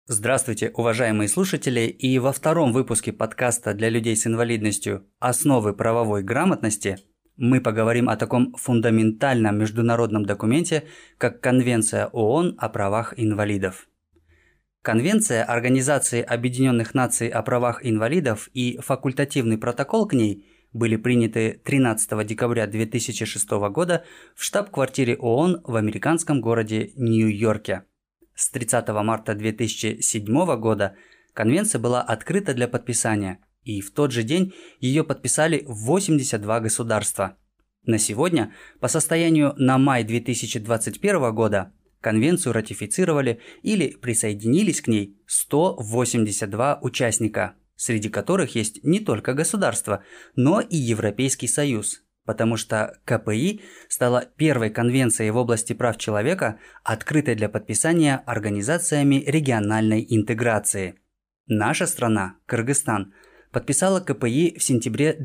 Здравствуйте, уважаемые слушатели, и во втором выпуске подкаста для людей с инвалидностью «Основы правовой грамотности» мы поговорим о таком фундаментальном международном документе, как Конвенция ООН о правах инвалидов. Конвенция Организации Объединенных Наций о правах инвалидов и факультативный протокол к ней были приняты 13 декабря 2006 года в штаб-квартире ООН в американском городе Нью-Йорке. С 30 марта 2007 года конвенция была открыта для подписания, и в тот же день ее подписали 82 государства. На сегодня, по состоянию на май 2021 года, конвенцию ратифицировали или присоединились к ней 182 участника, среди которых есть не только государства, но и Европейский Союз. Потому что КПИ стала первой конвенцией в области прав человека, открытой для подписания организациями региональной интеграции. Наша страна, Кыргызстан, подписала КПИ в сентябре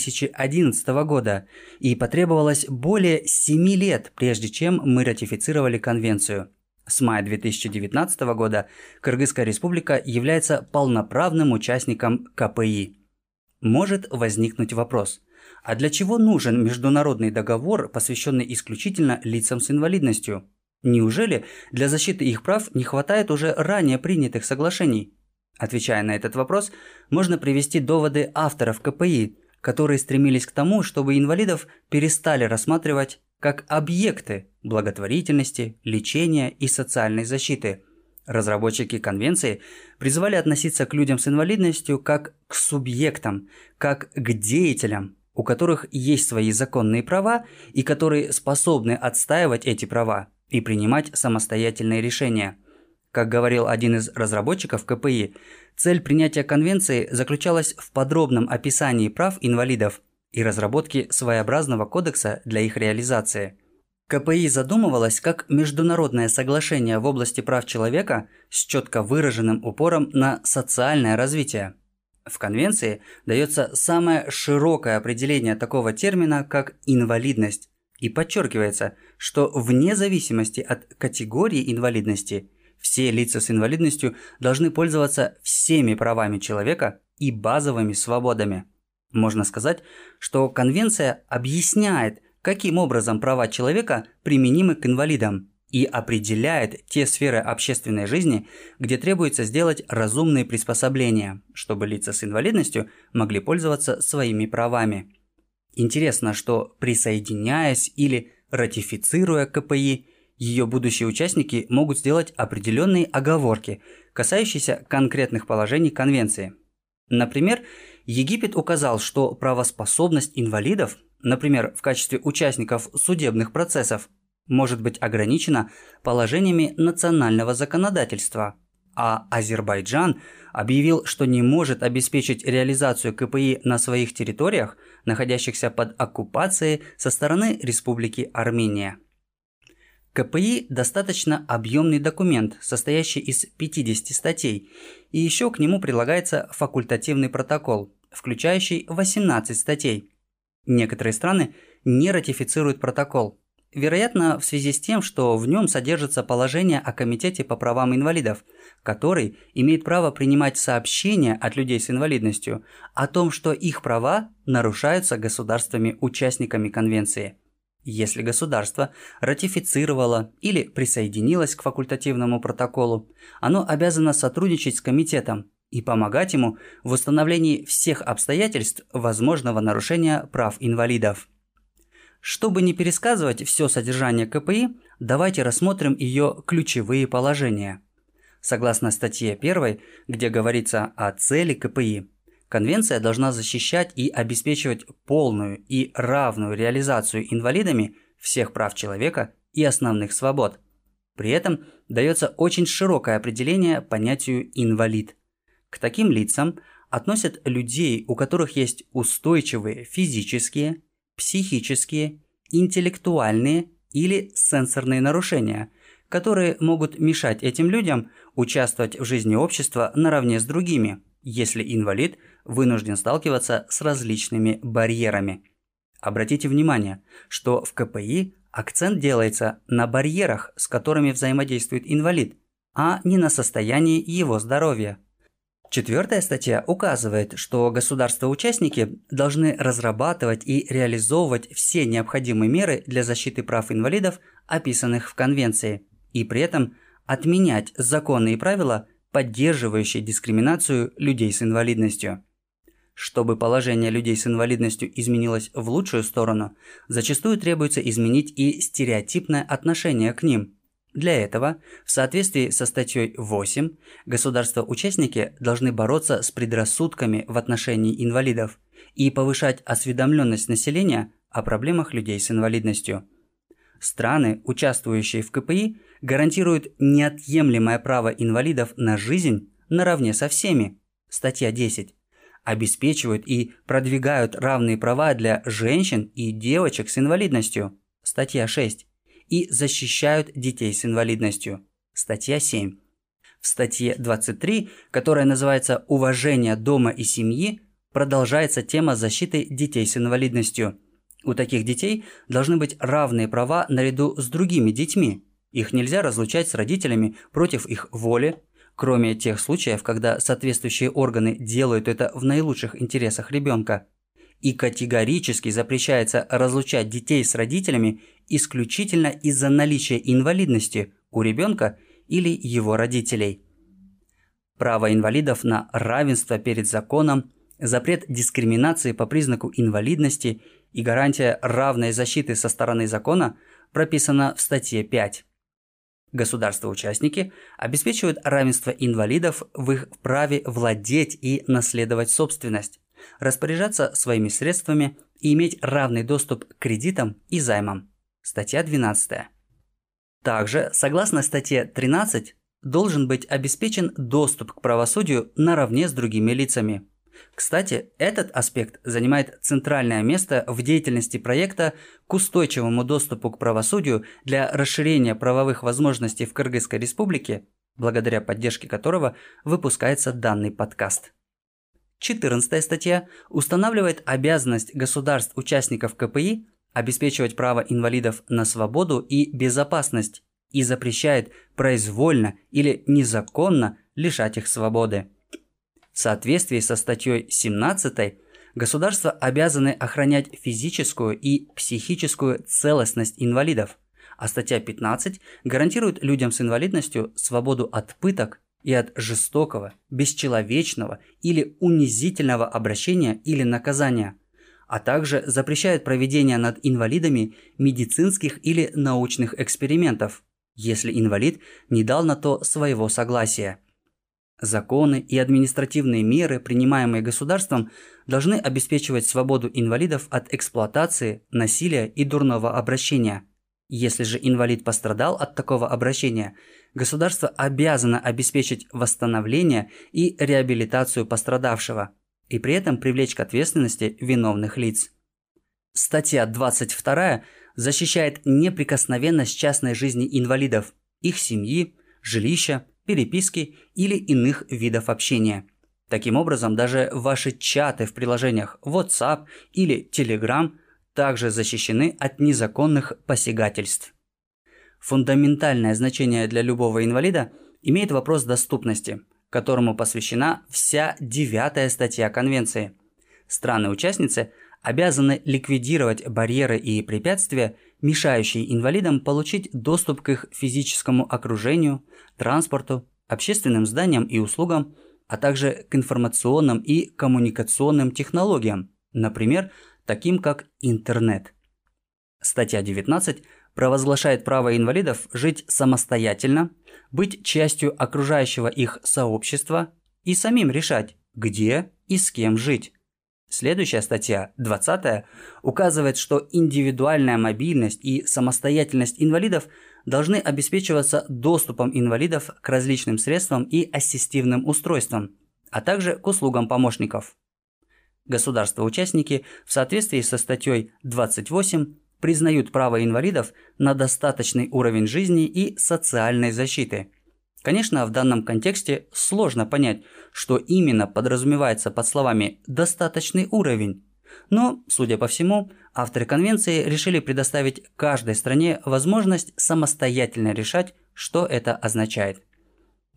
2011 года, и потребовалось более 7 лет, прежде чем мы ратифицировали конвенцию. С мая 2019 года Кыргызская республика является полноправным участником КПИ. Может возникнуть вопрос: а для чего нужен международный договор, посвященный исключительно лицам с инвалидностью? Неужели для защиты их прав не хватает уже ранее принятых соглашений? Отвечая на этот вопрос, можно привести доводы авторов КПИ, которые стремились к тому, чтобы инвалидов перестали рассматривать как объекты благотворительности, лечения и социальной защиты. Разработчики конвенции призывали относиться к людям с инвалидностью как к субъектам, как к деятелям, у которых есть свои законные права и которые способны отстаивать эти права и принимать самостоятельные решения. Как говорил один из разработчиков КПИ, цель принятия конвенции заключалась в подробном описании прав инвалидов и разработке своеобразного кодекса для их реализации. КПИ задумывалось как международное соглашение в области прав человека с четко выраженным упором на социальное развитие. В конвенции дается самое широкое определение такого термина, как инвалидность, и подчеркивается, что вне зависимости от категории инвалидности все лица с инвалидностью должны пользоваться всеми правами человека и базовыми свободами. Можно сказать, что конвенция объясняет, каким образом права человека применимы к инвалидам, и определяет те сферы общественной жизни, где требуется сделать разумные приспособления, чтобы лица с инвалидностью могли пользоваться своими правами. Интересно, что присоединяясь или ратифицируя КПИ, ее будущие участники могут сделать определенные оговорки, касающиеся конкретных положений Конвенции. Например, Египет указал, что правоспособность инвалидов, например, в качестве участников судебных процессов, может быть ограничена положениями национального законодательства, а Азербайджан объявил, что не может обеспечить реализацию КПИ на своих территориях, находящихся под оккупацией со стороны Республики Армения. КПИ достаточно объемный документ, состоящий из 50 статей, и еще к нему прилагается факультативный протокол, включающий 18 статей. Некоторые страны не ратифицируют протокол, вероятно, в связи с тем, что в нем содержится положение о Комитете по правам инвалидов, который имеет право принимать сообщения от людей с инвалидностью о том, что их права нарушаются государствами-участниками Конвенции. Если государство ратифицировало или присоединилось к факультативному протоколу, оно обязано сотрудничать с комитетом и помогать ему в установлении всех обстоятельств возможного нарушения прав инвалидов. Чтобы не пересказывать все содержание КПИ, давайте рассмотрим ее ключевые положения. Согласно статье 1, где говорится о цели КПИ, Конвенция должна защищать и обеспечивать полную и равную реализацию инвалидами всех прав человека и основных свобод. При этом дается очень широкое определение понятию «инвалид». К таким лицам относят людей, у которых есть устойчивые физические, психические, интеллектуальные или сенсорные нарушения, которые могут мешать этим людям участвовать в жизни общества наравне с другими, если инвалид вынужден сталкиваться с различными барьерами. Обратите внимание, что в КПИ акцент делается на барьерах, с которыми взаимодействует инвалид, а не на состоянии его здоровья. 4 статья указывает, что государства-участники должны разрабатывать и реализовывать все необходимые меры для защиты прав инвалидов, описанных в Конвенции, и при этом отменять законы и правила, поддерживающие дискриминацию людей с инвалидностью. Чтобы положение людей с инвалидностью изменилось в лучшую сторону, зачастую требуется изменить и стереотипное отношение к ним. Для этого, в соответствии со статьей 8, государства-участники должны бороться с предрассудками в отношении инвалидов и повышать осведомленность населения о проблемах людей с инвалидностью. Страны, участвующие в КПИ, гарантируют неотъемлемое право инвалидов на жизнь наравне со всеми. Статья 10. Обеспечивают и продвигают равные права для женщин и девочек с инвалидностью. Статья 6. И защищают детей с инвалидностью. Статья 7. В статье 23, которая называется «Уважение дома и семьи», продолжается тема защиты детей с инвалидностью. У таких детей должны быть равные права наряду с другими детьми. Их нельзя разлучать с родителями против их воли, кроме тех случаев, когда соответствующие органы делают это в наилучших интересах ребенка. И категорически запрещается разлучать детей с родителями исключительно из-за наличия инвалидности у ребенка или его родителей. Право инвалидов на равенство перед законом, запрет дискриминации по признаку инвалидности и гарантия равной защиты со стороны закона прописано в статье 5. Государства-участники обеспечивают равенство инвалидов в их праве владеть и наследовать собственность, распоряжаться своими средствами и иметь равный доступ к кредитам и займам. Статья 12. Также, согласно статье 13, должен быть обеспечен доступ к правосудию наравне с другими лицами. Кстати, этот аспект занимает центральное место в деятельности проекта к устойчивому доступу к правосудию для расширения правовых возможностей в Кыргызской Республике, благодаря поддержке которого выпускается данный подкаст. 14 статья устанавливает обязанность государств-участников КПИ обеспечивать право инвалидов на свободу и безопасность и запрещает произвольно или незаконно лишать их свободы. В соответствии со статьей 17 государства обязаны охранять физическую и психическую целостность инвалидов, а статья 15 гарантирует людям с инвалидностью свободу от пыток и от жестокого, бесчеловечного или унизительного обращения или наказания, а также запрещает проведение над инвалидами медицинских или научных экспериментов, если инвалид не дал на то своего согласия. Законы и административные меры, принимаемые государством, должны обеспечивать свободу инвалидов от эксплуатации, насилия и дурного обращения. Если же инвалид пострадал от такого обращения, государство обязано обеспечить восстановление и реабилитацию пострадавшего и при этом привлечь к ответственности виновных лиц. Статья 22 защищает неприкосновенность частной жизни инвалидов, их семьи, жилища, переписки или иных видов общения. Таким образом, даже ваши чаты в приложениях WhatsApp или Telegram также защищены от незаконных посягательств. Фундаментальное значение для любого инвалида имеет вопрос доступности, которому посвящена вся 9 статья Конвенции. Страны-участницы обязаны ликвидировать барьеры и препятствия, мешающие инвалидам получить доступ к их физическому окружению, транспорту, общественным зданиям и услугам, а также к информационным и коммуникационным технологиям, например, таким как интернет. Статья 19 провозглашает право инвалидов жить самостоятельно, быть частью окружающего их сообщества и самим решать, где и с кем жить. Следующая статья, 20, указывает, что индивидуальная мобильность и самостоятельность инвалидов должны обеспечиваться доступом инвалидов к различным средствам и ассистивным устройствам, а также к услугам помощников. Государства-участники в соответствии со статьей 28 признают право инвалидов на достаточный уровень жизни и социальной защиты. Конечно, в данном контексте сложно понять, что именно подразумевается под словами «достаточный уровень». Но, судя по всему, авторы конвенции решили предоставить каждой стране возможность самостоятельно решать, что это означает.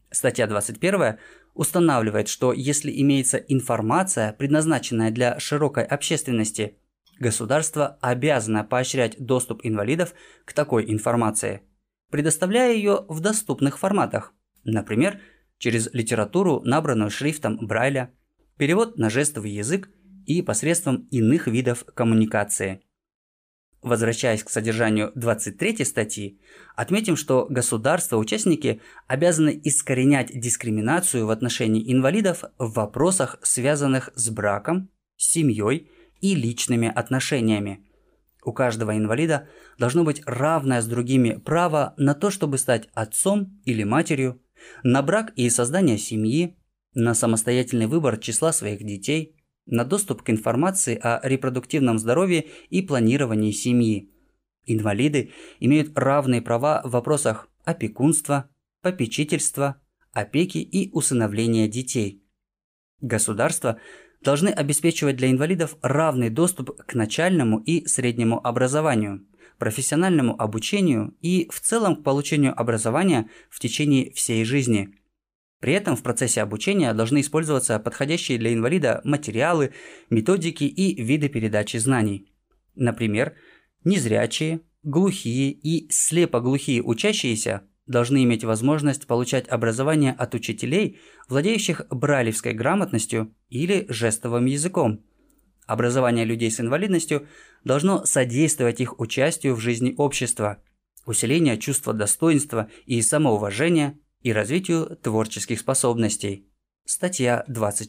Статья 21 устанавливает, что если имеется информация, предназначенная для широкой общественности, государство обязано поощрять доступ инвалидов к такой информации, предоставляя ее в доступных форматах, например, через литературу, набранную шрифтом Брайля, перевод на жестовый язык и посредством иных видов коммуникации. Возвращаясь к содержанию 23 статьи, отметим, что государства-участники обязаны искоренять дискриминацию в отношении инвалидов в вопросах, связанных с браком, семьей и личными отношениями. У каждого инвалида должно быть равное с другими право на то, чтобы стать отцом или матерью, на брак и создание семьи, на самостоятельный выбор числа своих детей, на доступ к информации о репродуктивном здоровье и планировании семьи. Инвалиды имеют равные права в вопросах опекунства, попечительства, опеки и усыновления детей. Государства должны обеспечивать для инвалидов равный доступ к начальному и среднему образованию, профессиональному обучению и в целом к получению образования в течение всей жизни. При этом в процессе обучения должны использоваться подходящие для инвалида материалы, методики и виды передачи знаний. Например, незрячие, глухие и слепоглухие учащиеся должны иметь возможность получать образование от учителей, владеющих брайлевской грамотностью или жестовым языком. Образование людей с инвалидностью должно содействовать их участию в жизни общества, усилению чувства достоинства и самоуважения и развитию творческих способностей. Статья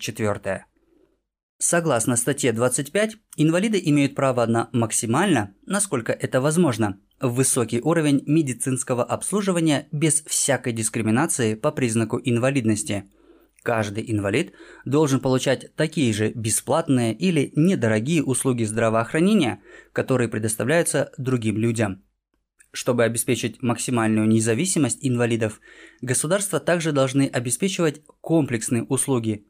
24. Согласно статье 25, инвалиды имеют право на максимально, насколько это возможно, высокий уровень медицинского обслуживания без всякой дискриминации по признаку инвалидности. Каждый инвалид должен получать такие же бесплатные или недорогие услуги здравоохранения, которые предоставляются другим людям. Чтобы обеспечить максимальную независимость инвалидов, государства также должны обеспечивать комплексные услуги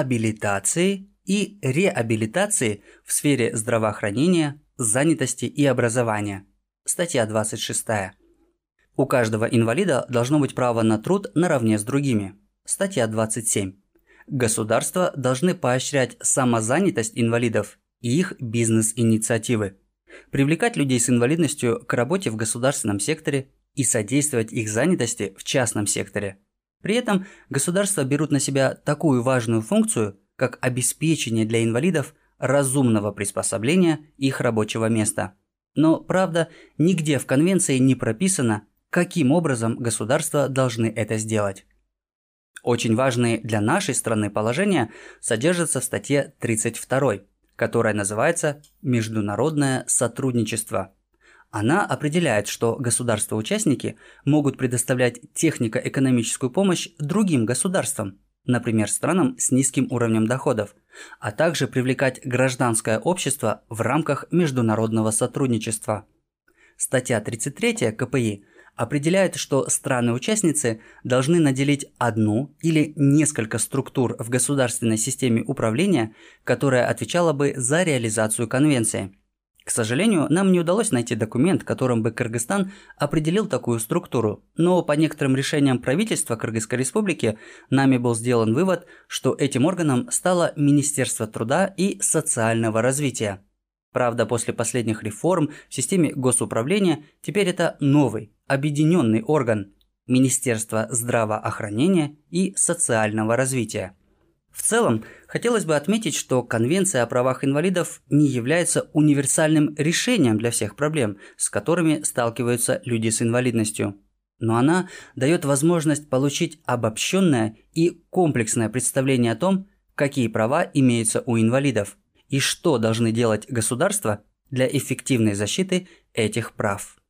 абилитации и реабилитации в сфере здравоохранения, занятости и образования. Статья 26. У каждого инвалида должно быть право на труд наравне с другими. Статья 27. Государства должны поощрять самозанятость инвалидов и их бизнес-инициативы, привлекать людей с инвалидностью к работе в государственном секторе и содействовать их занятости в частном секторе. При этом государства берут на себя такую важную функцию, как обеспечение для инвалидов разумного приспособления их рабочего места. Но, правда, нигде в Конвенции не прописано, каким образом государства должны это сделать. Очень важные для нашей страны положения содержатся в статье 32, которая называется «Международное сотрудничество». Она определяет, что государства-участники могут предоставлять технико-экономическую помощь другим государствам, например, странам с низким уровнем доходов, а также привлекать гражданское общество в рамках международного сотрудничества. Статья 33 КПИ определяет, что страны-участницы должны наделить одну или несколько структур в государственной системе управления, которая отвечала бы за реализацию конвенции. К сожалению, нам не удалось найти документ, которым бы Кыргызстан определил такую структуру, но по некоторым решениям правительства Кыргызской Республики нами был сделан вывод, что этим органом стало Министерство труда и социального развития. Правда, после последних реформ в системе госуправления теперь это новый, объединенный орган – Министерство здравоохранения и социального развития. В целом, хотелось бы отметить, что Конвенция о правах инвалидов не является универсальным решением для всех проблем, с которыми сталкиваются люди с инвалидностью. Но она дает возможность получить обобщенное и комплексное представление о том, какие права имеются у инвалидов и что должны делать государства для эффективной защиты этих прав.